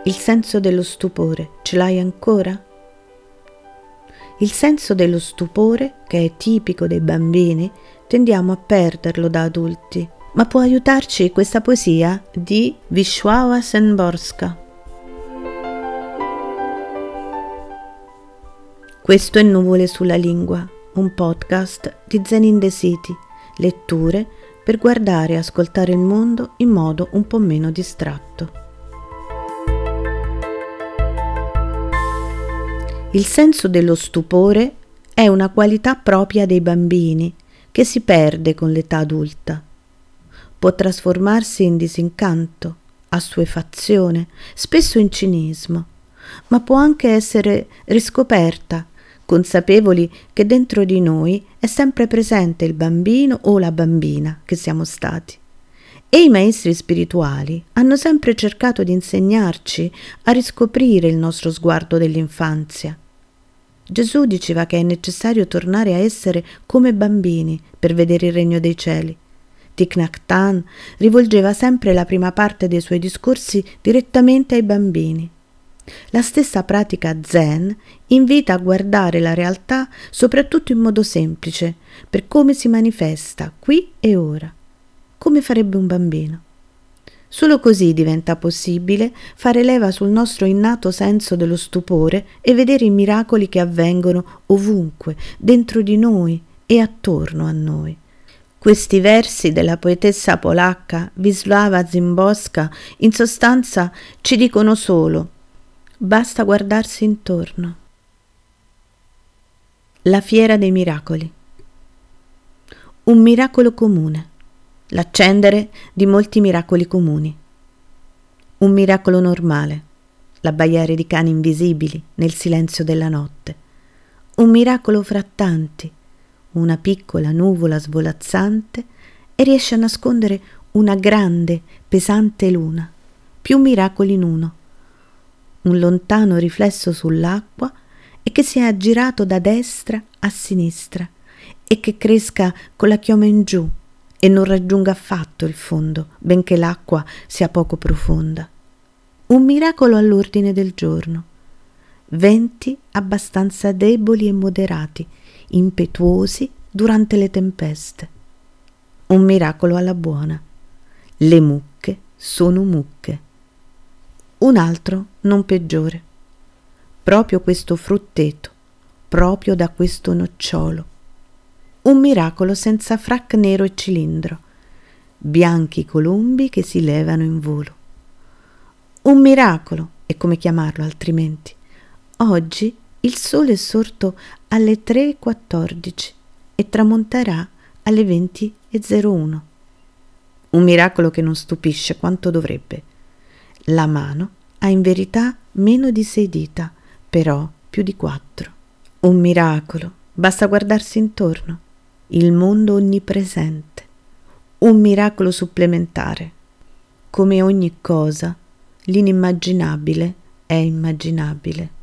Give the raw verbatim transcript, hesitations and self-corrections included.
Il senso dello stupore, ce l'hai ancora? Il senso dello stupore, che è tipico dei bambini, tendiamo a perderlo da adulti, ma può aiutarci questa poesia di Wisława Szymborska. Questo è Nuvole sulla lingua, un podcast di Zen in the City, letture per guardare e ascoltare il mondo in modo un po' meno distratto. Il senso dello stupore è una qualità propria dei bambini che si perde con l'età adulta. Può trasformarsi in disincanto, assuefazione, spesso in cinismo, ma può anche essere riscoperta, consapevoli che dentro di noi è sempre presente il bambino o la bambina che siamo stati. E i maestri spirituali hanno sempre cercato di insegnarci a riscoprire il nostro sguardo dell'infanzia. Gesù diceva che è necessario tornare a essere come bambini per vedere il regno dei cieli. Thich Nhat Hanh rivolgeva sempre la prima parte dei suoi discorsi direttamente ai bambini. La stessa pratica Zen invita a guardare la realtà soprattutto in modo semplice, per come si manifesta qui e ora, come farebbe un bambino. Solo così diventa possibile fare leva sul nostro innato senso dello stupore e vedere i miracoli che avvengono ovunque, dentro di noi e attorno a noi. Questi versi della poetessa polacca Wisława Szymborska in sostanza ci dicono solo: basta guardarsi intorno. La fiera dei miracoli. Un miracolo comune. L'accendere di molti miracoli comuni. Un miracolo normale, l'abbaiare di cani invisibili nel silenzio della notte. Un miracolo fra tanti, una piccola nuvola svolazzante e riesce a nascondere una grande, pesante luna, più miracoli in uno. Un lontano riflesso sull'acqua e che si è aggirato da destra a sinistra e che cresca con la chioma in giù e non raggiunga affatto il fondo, benché l'acqua sia poco profonda. Un miracolo all'ordine del giorno. Venti abbastanza deboli e moderati, impetuosi durante le tempeste. Un miracolo alla buona. Le mucche sono mucche. Un altro non peggiore. Proprio questo frutteto, proprio da questo nocciolo. Un miracolo senza frac nero e cilindro, bianchi colombi che si levano in volo. Un miracolo, e come chiamarlo altrimenti? Oggi il sole è sorto alle tre e quattordici e tramonterà alle venti e zero uno. Un miracolo che non stupisce quanto dovrebbe. La mano ha in verità meno di sei dita, però più di quattro. Un miracolo, basta guardarsi intorno. Il mondo onnipresente, un miracolo supplementare. Come ogni cosa, l'inimmaginabile è immaginabile.